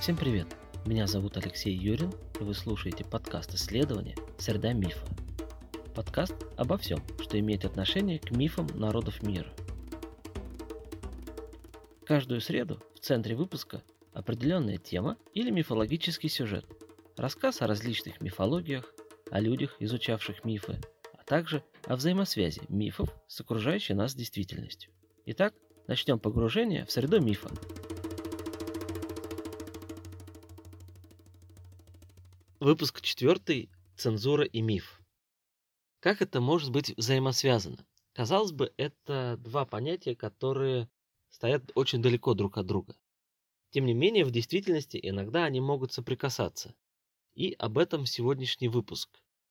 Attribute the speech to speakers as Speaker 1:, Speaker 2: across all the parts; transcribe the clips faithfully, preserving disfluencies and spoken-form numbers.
Speaker 1: Всем привет! Меня зовут Алексей Юрин, и вы слушаете подкаст исследования «Среда мифа». Подкаст обо всем, что имеет отношение к мифам народов мира. Каждую среду в центре выпуска определенная тема или мифологический сюжет, рассказ о различных мифологиях, о людях, изучавших мифы, а также о взаимосвязи мифов с окружающей нас действительностью. Итак, начнем погружение в среду мифа. Выпуск четвертый. Цензура и миф. Как это может быть взаимосвязано? Казалось бы, это два понятия, которые стоят очень далеко друг от друга. Тем не менее, в действительности иногда они могут соприкасаться. И об этом сегодняшний выпуск.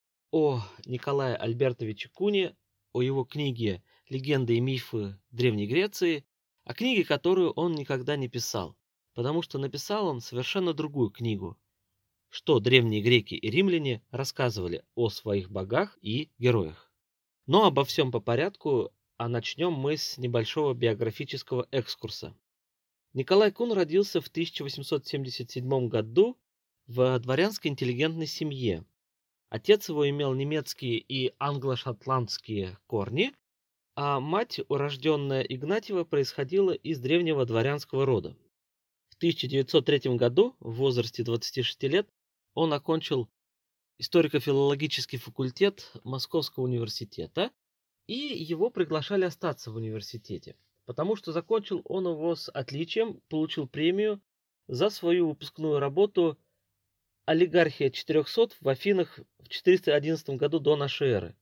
Speaker 1: О Николае Альбертовиче Куне, о его книге «Легенды и мифы Древней Греции», о книге, которую он никогда не писал, потому что написал он совершенно другую книгу, что древние греки и римляне рассказывали о своих богах и героях. Но обо всем по порядку, а начнем мы с небольшого биографического экскурса. Николай Кун родился в тысяча восемьсот семьдесят седьмом году в дворянской интеллигентной семье. Отец его имел немецкие и англо-шотландские корни, а мать, урожденная Игнатьева, происходила из древнего дворянского рода. В тысяча девятьсот третьем году, в возрасте двадцати шести лет, он окончил историко-филологический факультет Московского университета, и его приглашали остаться в университете, потому что закончил он его с отличием, получил премию за свою выпускную работу «Олигархия четырехсот» в Афинах в четыреста одиннадцатом году до нашей эры.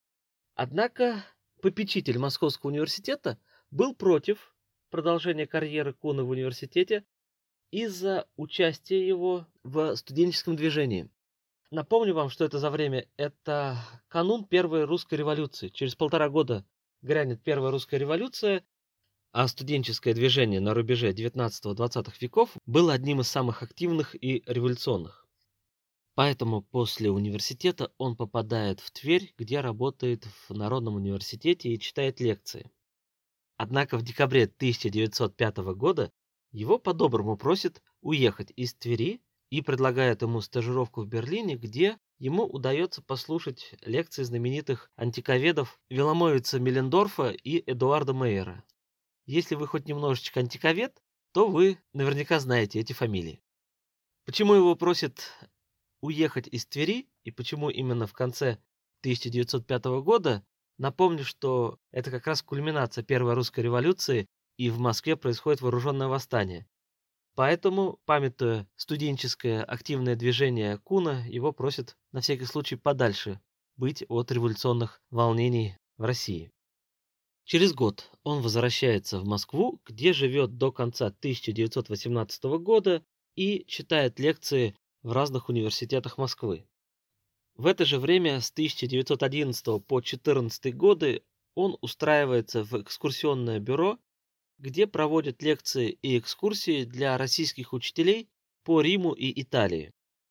Speaker 1: Однако попечитель Московского университета был против продолжения карьеры Куна в университете из-за участия его в студенческом движении. Напомню вам, что это за время. Это канун Первой русской революции. Через полтора года грянет Первая русская революция, а студенческое движение на рубеже девятнадцатого-двадцатого веков было одним из самых активных и революционных. Поэтому после университета он попадает в Тверь, где работает в Народном университете и читает лекции. Однако в декабре тысяча девятьсот пятого года его по-доброму просят уехать из Твери и предлагают ему стажировку в Берлине, где ему удается послушать лекции знаменитых антиковедов Виломовица Миллендорфа и Эдуарда Мейера. Если вы хоть немножечко антиковед, то вы наверняка знаете эти фамилии. Почему его просят уехать из Твери и почему именно в конце тысяча девятьсот пятого года? Напомню, что это как раз кульминация Первой русской революции, и в Москве происходит вооруженное восстание. Поэтому, памятуя студенческое активное движение Куна, его просят на всякий случай подальше быть от революционных волнений в России. Через год он возвращается в Москву, где живет до конца тысяча девятьсот восемнадцатого года и читает лекции в разных университетах Москвы. В это же время с тысяча девятьсот одиннадцатого по тысяча девятьсот четырнадцатый годы он устраивается в экскурсионное бюро, где проводят лекции и экскурсии для российских учителей по Риму и Италии.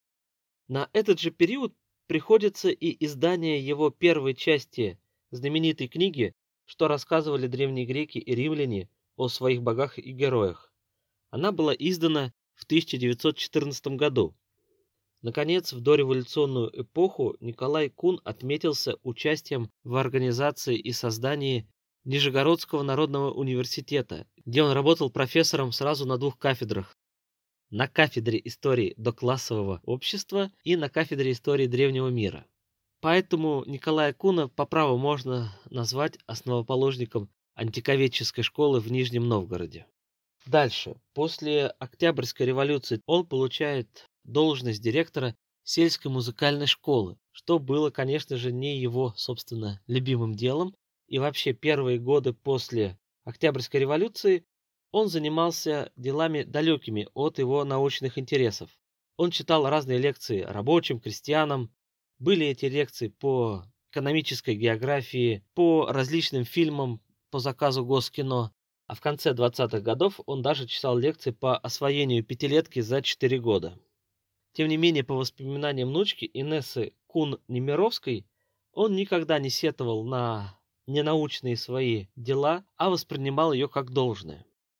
Speaker 1: На этот же период приходится и издание его первой части знаменитой книги, что рассказывали древние греки и римляне о своих богах и героях. Она была издана в тысяча девятьсот четырнадцатом году. Наконец, в дореволюционную эпоху Николай Кун отметился участием в организации и создании Нижегородского народного университета, где он работал профессором сразу на двух кафедрах. На кафедре истории доклассового общества и на кафедре истории древнего мира. Поэтому Николая Куна по праву можно назвать основоположником антиковедческой школы в Нижнем Новгороде. Дальше. После Октябрьской революции он получает должность директора сельской музыкальной школы, что было, конечно же, не его, собственно, любимым делом. И вообще первые годы после Октябрьской революции он занимался делами далекими от его научных интересов. Он читал разные лекции рабочим, крестьянам. Были эти лекции по экономической географии, по различным фильмам по заказу Госкино. А в конце двадцатых годов он даже читал лекции по освоению пятилетки за четыре года. Тем не менее, по воспоминаниям внучки Инессы Кун-Немировской, он никогда не сетовал на ненаучные свои дела, а воспринимал ее как должное.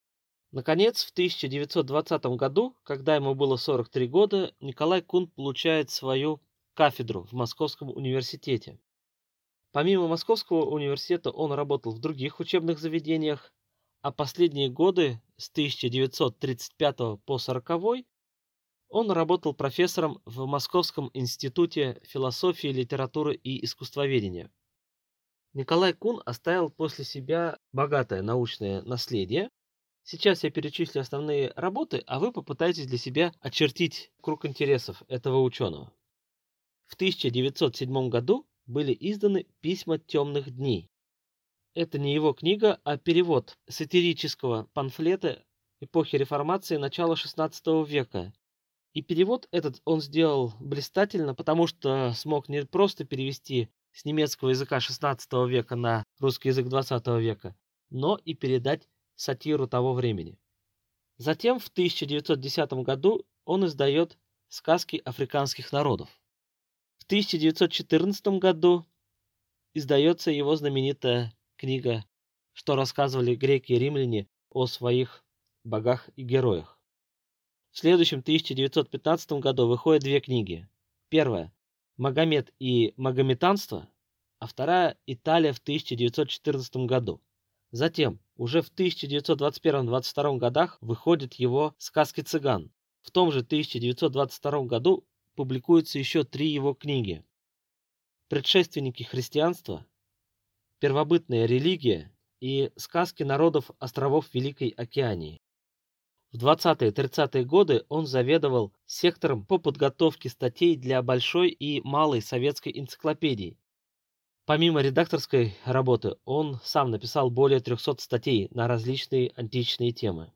Speaker 1: Наконец, в тысяча девятьсот двадцатом году, когда ему было сорок три года, Николай Кун получает свою кафедру в Московском университете. Помимо Московского университета он работал в других учебных заведениях, а последние годы с тысяча девятьсот тридцать пятого по сороковой он работал профессором в Московском институте философии, литературы и искусствоведения. Николай Кун оставил после себя богатое научное наследие. Сейчас я перечислю основные работы, а вы попытаетесь для себя очертить круг интересов этого ученого. В тысяча девятьсот седьмом году были изданы «Письма темных дней». Это не его книга, а перевод сатирического памфлета эпохи Реформации начала шестнадцатого века. И перевод этот он сделал блистательно, потому что смог не просто перевести с немецкого языка шестнадцатого века на русский язык двадцатого века, но и передать сатиру того времени. Затем в тысяча девятьсот десятом году он издает «Сказки африканских народов». В тысяча девятьсот четырнадцатом году издается его знаменитая книга «Что рассказывали греки и римляне о своих богах и героях». В следующем тысяча девятьсот пятнадцатом году выходят две книги. Первая «Магомед и магометанство», а вторая «Италия в тысяча девятьсот четырнадцатом году». Затем, уже в тысяча девятьсот двадцать первом — двадцать втором годах выходят его «Сказки цыган». В том же тысяча девятьсот двадцать втором году публикуются еще три его книги: «Предшественники христианства», «Первобытная религия» и «Сказки народов островов Великой Океании». В двадцатые-тридцатые годы он заведовал сектором по подготовке статей для большой и малой советской энциклопедии. Помимо редакторской работы, он сам написал более трехсот статей на различные античные темы.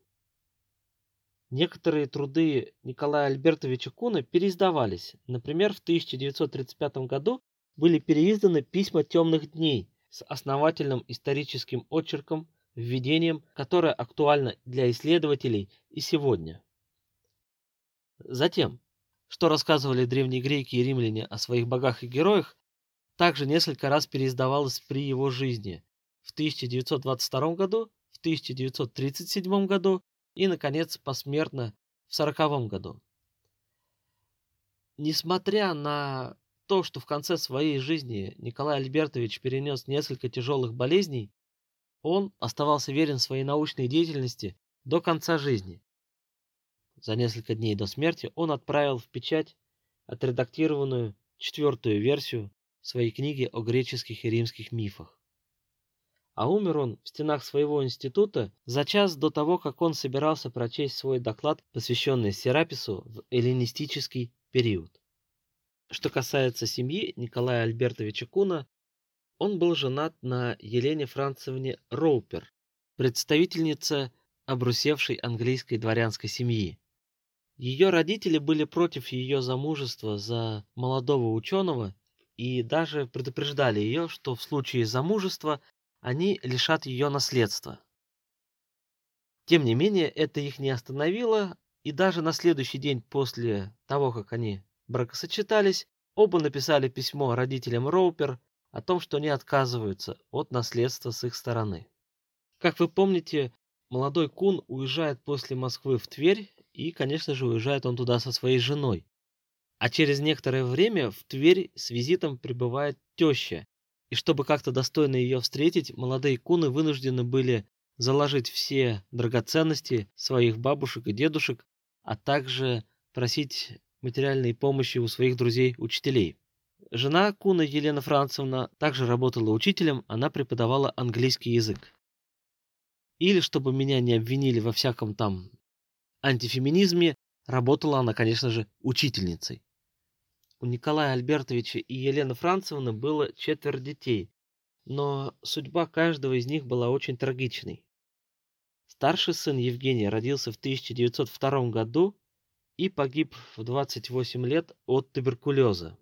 Speaker 1: Некоторые труды Николая Альбертовича Куна переиздавались. Например, в тысяча девятьсот тридцать пятом году были переизданы «Письма темных дней» с основательным историческим очерком, введением, которое актуально для исследователей и сегодня. Затем, что рассказывали древние греки и римляне о своих богах и героях, также несколько раз переиздавалось при его жизни: в тысяча девятьсот двадцать втором году, в тысяча девятьсот тридцать седьмом году и, наконец, посмертно в сороковом году. Несмотря на то, что в конце своей жизни Николай Альбертович перенес несколько тяжелых болезней, он оставался верен своей научной деятельности до конца жизни. За несколько дней до смерти он отправил в печать отредактированную четвертую версию своей книги о греческих и римских мифах. А умер он в стенах своего института за час до того, как он собирался прочесть свой доклад, посвященный Серапису в эллинистический период. Что касается семьи Николая Альбертовича Куна, он был женат на Елене Францевне Роупер, представительнице обрусевшей английской дворянской семьи. Ее родители были против ее замужества за молодого ученого и даже предупреждали ее, что в случае замужества они лишат ее наследства. Тем не менее, это их не остановило, и даже на следующий день после того, как они бракосочетались, оба написали письмо родителям Роупер о том, что они отказываются от наследства с их стороны. Как вы помните, молодой Кун уезжает после Москвы в Тверь, и, конечно же, уезжает он туда со своей женой. А через некоторое время в Тверь с визитом прибывает теща, и чтобы как-то достойно ее встретить, молодые Куны вынуждены были заложить все драгоценности своих бабушек и дедушек, а также просить материальной помощи у своих друзей-учителей. Жена Куна, Елена Францевна, также работала учителем, она преподавала английский язык. Или, чтобы меня не обвинили во всяком там антифеминизме, работала она, конечно же, учительницей. У Николая Альбертовича и Елены Францевны было четверо детей, но судьба каждого из них была очень трагичной. Старший сын Евгений родился в тысяча девятьсот втором году и погиб в двадцать восемь лет от туберкулеза.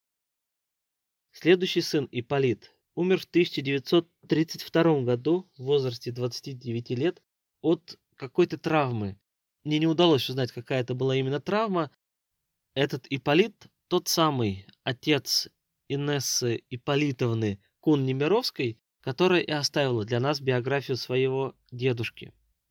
Speaker 1: Следующий сын Ипполит умер в тысяча девятьсот тридцать втором году в возрасте двадцати девяти лет от какой-то травмы. Мне не удалось узнать, какая это была именно травма. Этот Ипполит — тот самый отец Инессы Ипполитовны Кун-Немировской, которая и оставила для нас биографию своего дедушки.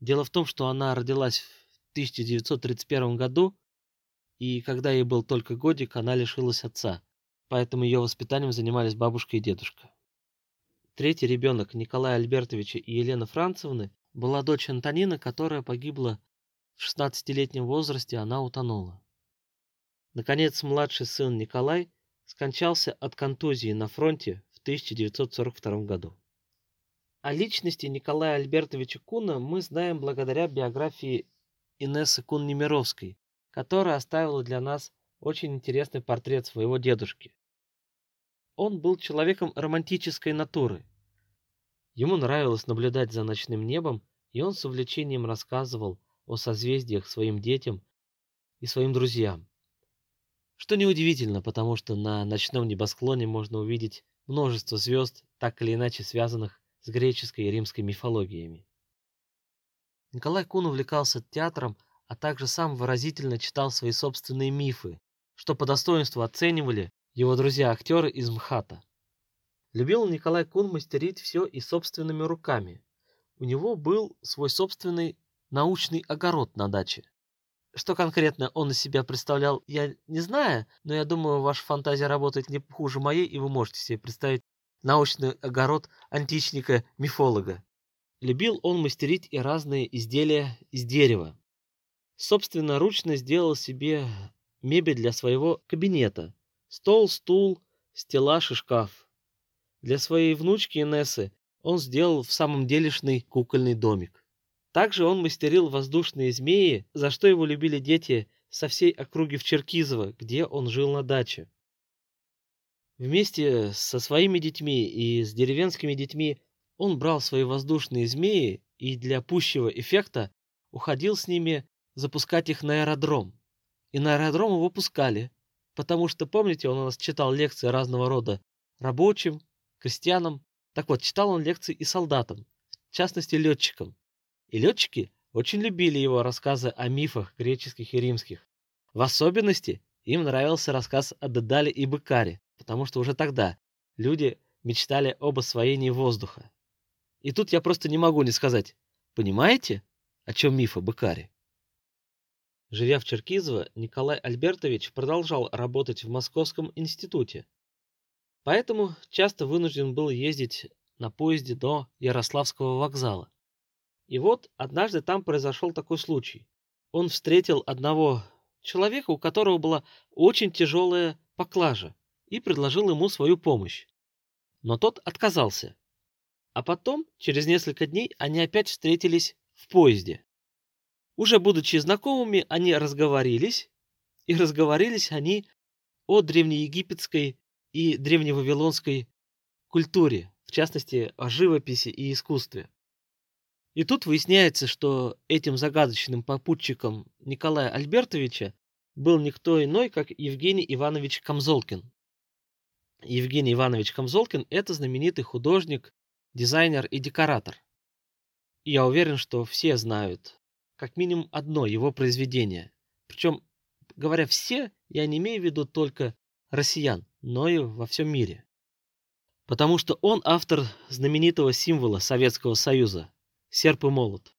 Speaker 1: Дело в том, что она родилась в тысяча девятьсот тридцать первом году, и когда ей был только годик, она лишилась отца, поэтому ее воспитанием занимались бабушка и дедушка. Третий ребенок Николая Альбертовича и Елены Францевны была дочь Антонина, которая погибла в шестнадцатилетнем возрасте, она утонула. Наконец, младший сын Николай скончался от контузии на фронте в тысяча девятьсот сорок втором году. О личности Николая Альбертовича Куна мы знаем благодаря биографии Инессы Кун-Немировской, которая оставила для нас очень интересный портрет своего дедушки. Он был человеком романтической натуры. Ему нравилось наблюдать за ночным небом, и он с увлечением рассказывал о созвездиях своим детям и своим друзьям. Что неудивительно, потому что на ночном небосклоне можно увидеть множество звезд, так или иначе связанных с греческой и римской мифологиями. Николай Кун увлекался театром, а также сам выразительно читал свои собственные мифы, что по достоинству оценивали его друзья-актеры из МХАТа. Любил Николай Кун мастерить все и собственными руками. У него был свой собственный научный огород на даче. Что конкретно он из себя представлял, я не знаю, но я думаю, ваша фантазия работает не хуже моей, и вы можете себе представить научный огород античника-мифолога. Любил он мастерить и разные изделия из дерева. Собственноручно сделал себе мебель для своего кабинета. Стол, стул, стеллаж и шкаф. Для своей внучки Инессы он сделал в самом делешный кукольный домик. Также он мастерил воздушные змеи, за что его любили дети со всей округи в Черкизово, где он жил на даче. Вместе со своими детьми и с деревенскими детьми он брал свои воздушные змеи и для пущего эффекта уходил с ними запускать их на аэродром. И на аэродром его пускали, потому что, помните, он у нас читал лекции разного рода рабочим, крестьянам. Так вот, читал он лекции и солдатам, в частности летчикам. И летчики очень любили его рассказы о мифах греческих и римских. В особенности им нравился рассказ о Дедале и Быкаре, потому что уже тогда люди мечтали об освоении воздуха. И тут я просто не могу не сказать, понимаете, о чем миф о Быкаре? Живя в Черкизово, Николай Альбертович продолжал работать в Московском институте. Поэтому часто вынужден был ездить на поезде до Ярославского вокзала. И вот однажды там произошел такой случай. Он встретил одного человека, у которого была очень тяжелая поклажа, и предложил ему свою помощь. Но тот отказался. А потом, через несколько дней, они опять встретились в поезде. Уже будучи знакомыми, они разговорились, и разговорились они о древнеегипетской и древневавилонской культуре, в частности, о живописи и искусстве. И тут выясняется, что этим загадочным попутчиком Николая Альбертовича был никто иной, как Евгений Иванович Камзолкин. Евгений Иванович Камзолкин – это знаменитый художник, дизайнер и декоратор. И я уверен, что все знают как минимум одно его произведение. Причем, говоря «все», я не имею в виду только россиян, но и во всем мире. Потому что он автор знаменитого символа Советского Союза – серп и молот.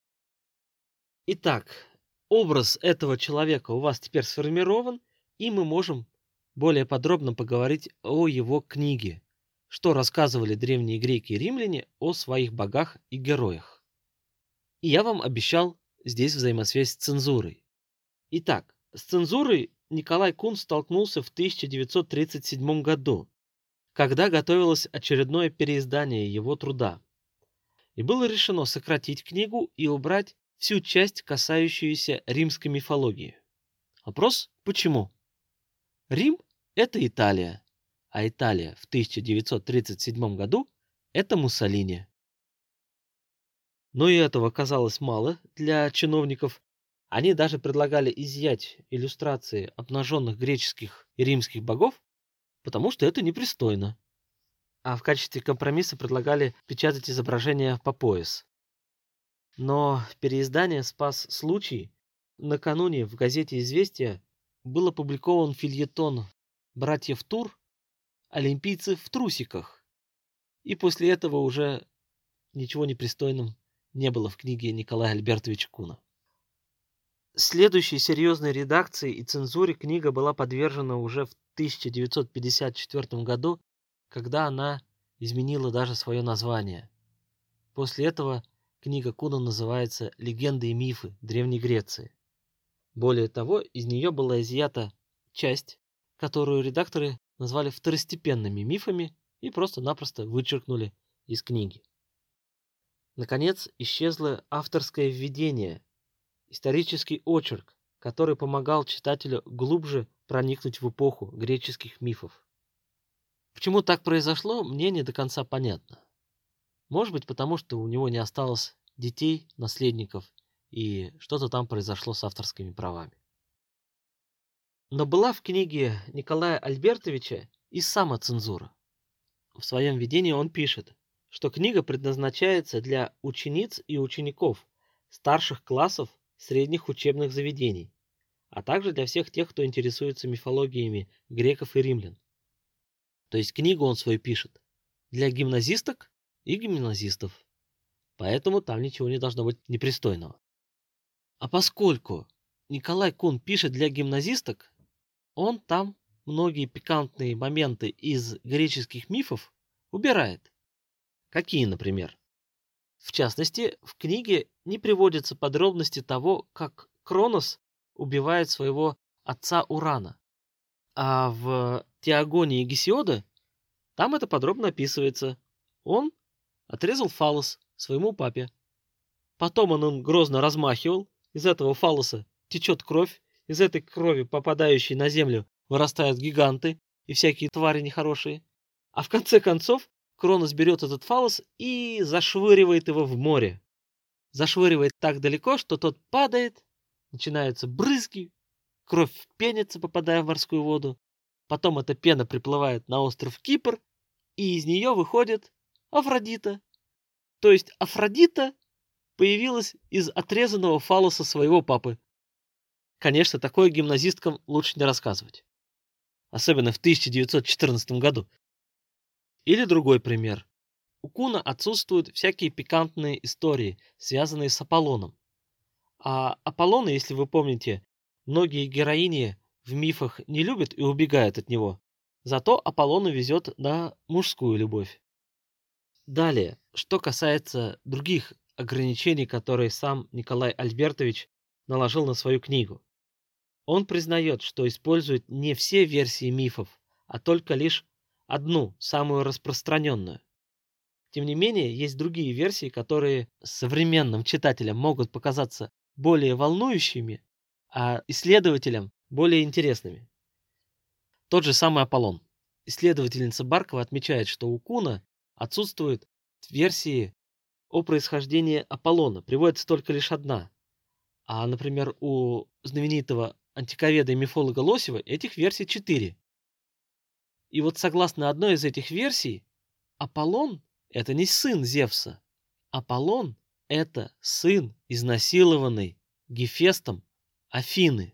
Speaker 1: Итак, образ этого человека у вас теперь сформирован, и мы можем более подробно поговорить о его книге, что рассказывали древние греки и римляне о своих богах и героях. И я вам обещал здесь взаимосвязь с цензурой. Итак, с цензурой Николай Кун столкнулся в тысяча девятьсот тридцать седьмом году, когда готовилось очередное переиздание его труда. И было решено сократить книгу и убрать всю часть, касающуюся римской мифологии. Вопрос – почему? Рим – это Италия, а Италия в тысяча девятьсот тридцать седьмом году – это Муссолини. Но и этого оказалось мало для чиновников. Они даже предлагали изъять иллюстрации обнаженных греческих и римских богов, потому что это непристойно. А в качестве компромисса предлагали печатать изображения по пояс. Но переиздание спас случай. Накануне в газете «Известия» был опубликован фельетон братьев Тур «Олимпийцы в трусиках». И после этого уже ничего непристойным не было в книге Николая Альбертовича Куна. Следующей серьезной редакции и цензуре книга была подвержена уже в тысяча девятьсот пятьдесят четвёртом году, когда она изменила даже свое название. После этого книга Куна называется «Легенды и мифы Древней Греции». Более того, из нее была изъята часть, которую редакторы назвали второстепенными мифами и просто-напросто вычеркнули из книги. Наконец, исчезло авторское введение, исторический очерк, который помогал читателю глубже проникнуть в эпоху греческих мифов. Почему так произошло, мне не до конца понятно. Может быть, потому что у него не осталось детей, наследников, и что-то там произошло с авторскими правами. Но была в книге Николая Альбертовича и самоцензура. В своем введении он пишет, что книга предназначается для учениц и учеников старших классов средних учебных заведений, а также для всех тех, кто интересуется мифологиями греков и римлян. То есть книгу он свою пишет для гимназисток и гимназистов, поэтому там ничего не должно быть непристойного. А поскольку Николай Кун пишет для гимназисток, он там многие пикантные моменты из греческих мифов убирает. Какие, например? В частности, в книге не приводятся подробности того, как Кронос убивает своего отца Урана. А в Теогонии Гесиода там это подробно описывается. Он отрезал фаллос своему папе. Потом он им грозно размахивал. Из этого фаллоса течет кровь. Из этой крови, попадающей на землю, вырастают гиганты и всякие твари нехорошие. А в конце концов Кронос берет этот фаллос и зашвыривает его в море. Зашвыривает так далеко, что тот падает, начинаются брызги, кровь пенится, попадая в морскую воду. Потом эта пена приплывает на остров Кипр, и из нее выходит Афродита. То есть Афродита появилась из отрезанного фаллоса своего папы. Конечно, такое гимназисткам лучше не рассказывать. Особенно в тысяча девятьсот четырнадцатом году. Или другой пример. У Куна отсутствуют всякие пикантные истории, связанные с Аполлоном. А Аполлона, если вы помните, многие героини в мифах не любят и убегают от него. Зато Аполлону везет на мужскую любовь. Далее, что касается других ограничений, которые сам Николай Альбертович наложил на свою книгу. Он признает, что использует не все версии мифов, а только лишь одну, самую распространенную. Тем не менее, есть другие версии, которые современным читателям могут показаться более волнующими, а исследователям более интересными. Тот же самый Аполлон. Исследовательница Баркова отмечает, что у Куна отсутствуют версии о происхождении Аполлона, приводится только лишь одна. А, например, у знаменитого антиковеда и мифолога Лосева этих версий четыре. И вот согласно одной из этих версий, Аполлон – это не сын Зевса. Аполлон – это сын изнасилованной Гефестом Афины.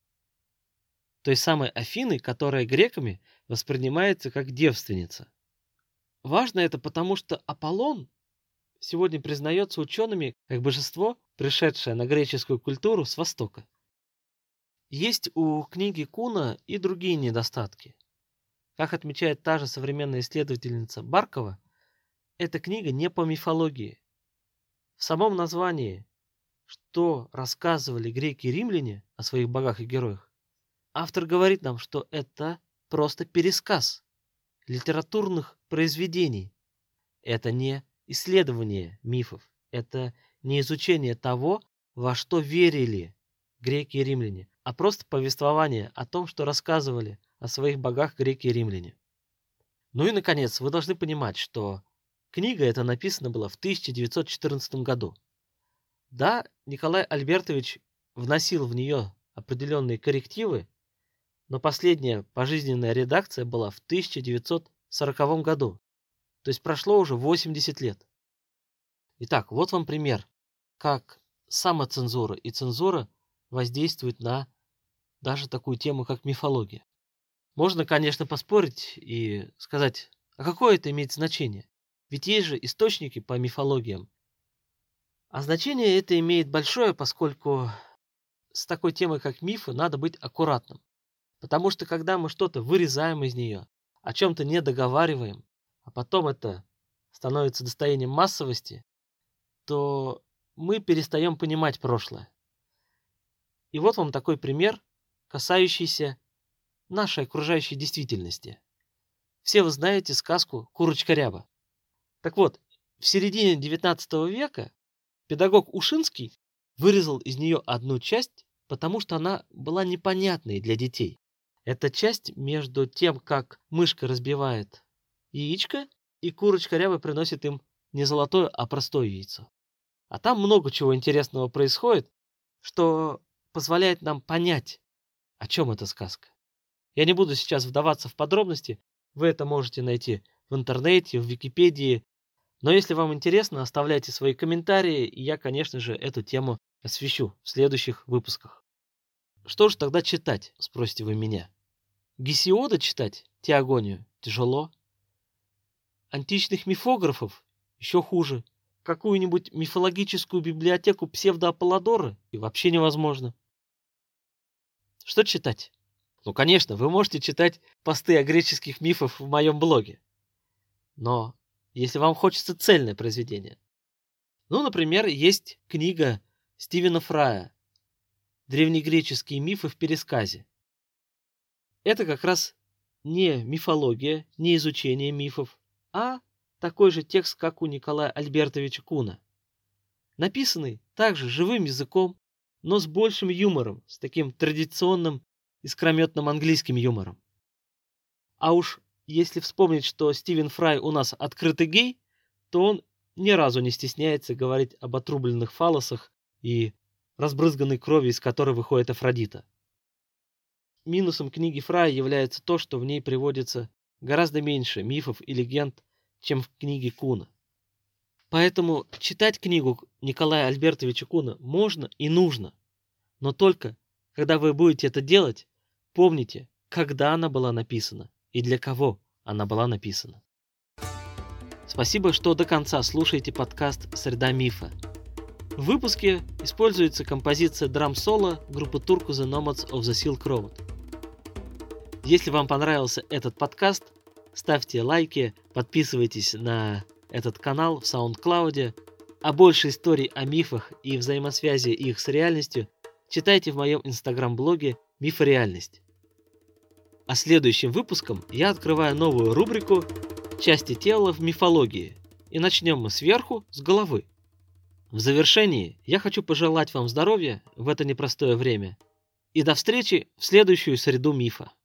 Speaker 1: Той самой Афины, которая греками воспринимается как девственница. Важно это потому, что Аполлон сегодня признается учеными как божество, пришедшее на греческую культуру с Востока. Есть у книги Куна и другие недостатки. Как отмечает та же современная исследовательница Баркова, эта книга не по мифологии. В самом названии, что рассказывали греки и римляне о своих богах и героях, автор говорит нам, что это просто пересказ литературных произведений. Это не исследование мифов, это не изучение того, во что верили греки и римляне, а просто повествование о том, что рассказывали о своих богах греки и римляне. Ну и, наконец, вы должны понимать, что книга эта написана была в тысяча девятьсот четырнадцатом году. Да, Николай Альбертович вносил в нее определенные коррективы, но последняя пожизненная редакция была в тысяча девятьсот сороковом году. То есть прошло уже восемьдесят лет. Итак, вот вам пример, как самоцензура и цензура воздействуют на даже такую тему, как мифология. Можно, конечно, поспорить и сказать, а какое это имеет значение? Ведь есть же источники по мифологиям. А значение это имеет большое, поскольку с такой темой, как мифы, надо быть аккуратным. Потому что когда мы что-то вырезаем из нее, о чем-то не договариваем, а потом это становится достоянием массовости, то мы перестаем понимать прошлое. И вот вам такой пример, касающийся нашей окружающей действительности. Все вы знаете сказку «Курочка Ряба». Так вот, в середине девятнадцатого века педагог Ушинский вырезал из нее одну часть, потому что она была непонятной для детей. Это часть между тем, как мышка разбивает яичко, и курочка Ряба приносит им не золотое, а простое яйцо. А там много чего интересного происходит, что позволяет нам понять, о чем эта сказка. Я не буду сейчас вдаваться в подробности, вы это можете найти в интернете, в Википедии. Но если вам интересно, оставляйте свои комментарии, и я, конечно же, эту тему освещу в следующих выпусках. Что же тогда читать, спросите вы меня? Гесиода читать, Теогонию, тяжело. Античных мифографов еще хуже. Какую-нибудь мифологическую библиотеку псевдоаполлодора и вообще невозможно. Что читать? Ну, конечно, вы можете читать посты о греческих мифах в моем блоге. Но если вам хочется цельное произведение. Ну, например, есть книга Стивена Фрая «Древнегреческие мифы в пересказе». Это как раз не мифология, не изучение мифов, а такой же текст, как у Николая Альбертовича Куна. Написанный также живым языком, но с большим юмором, с таким традиционным искрометным английским юмором. А уж если вспомнить, что Стивен Фрай у нас открытый гей, то он ни разу не стесняется говорить об отрубленных фаллосах и разбрызганной крови, из которой выходит Афродита. Минусом книги Фрая является то, что в ней приводится гораздо меньше мифов и легенд, чем в книге Куна. Поэтому читать книгу Николая Альбертовича Куна можно и нужно, но только когда вы будете это делать, помните, когда она была написана и для кого она была написана. Спасибо, что до конца слушаете подкаст «Среда мифа». В выпуске используется композиция драм-соло группы Turku The Nomads of the Silk Road. Если вам понравился этот подкаст, ставьте лайки, подписывайтесь на этот канал в SoundCloud, а больше историй о мифах и взаимосвязи их с реальностью читайте в моем инстаграм-блоге «Мифореальность». А следующим выпуском я открываю новую рубрику «Части тела в мифологии», и начнем мы сверху, с головы. В завершении я хочу пожелать вам здоровья в это непростое время и до встречи в следующую среду мифа.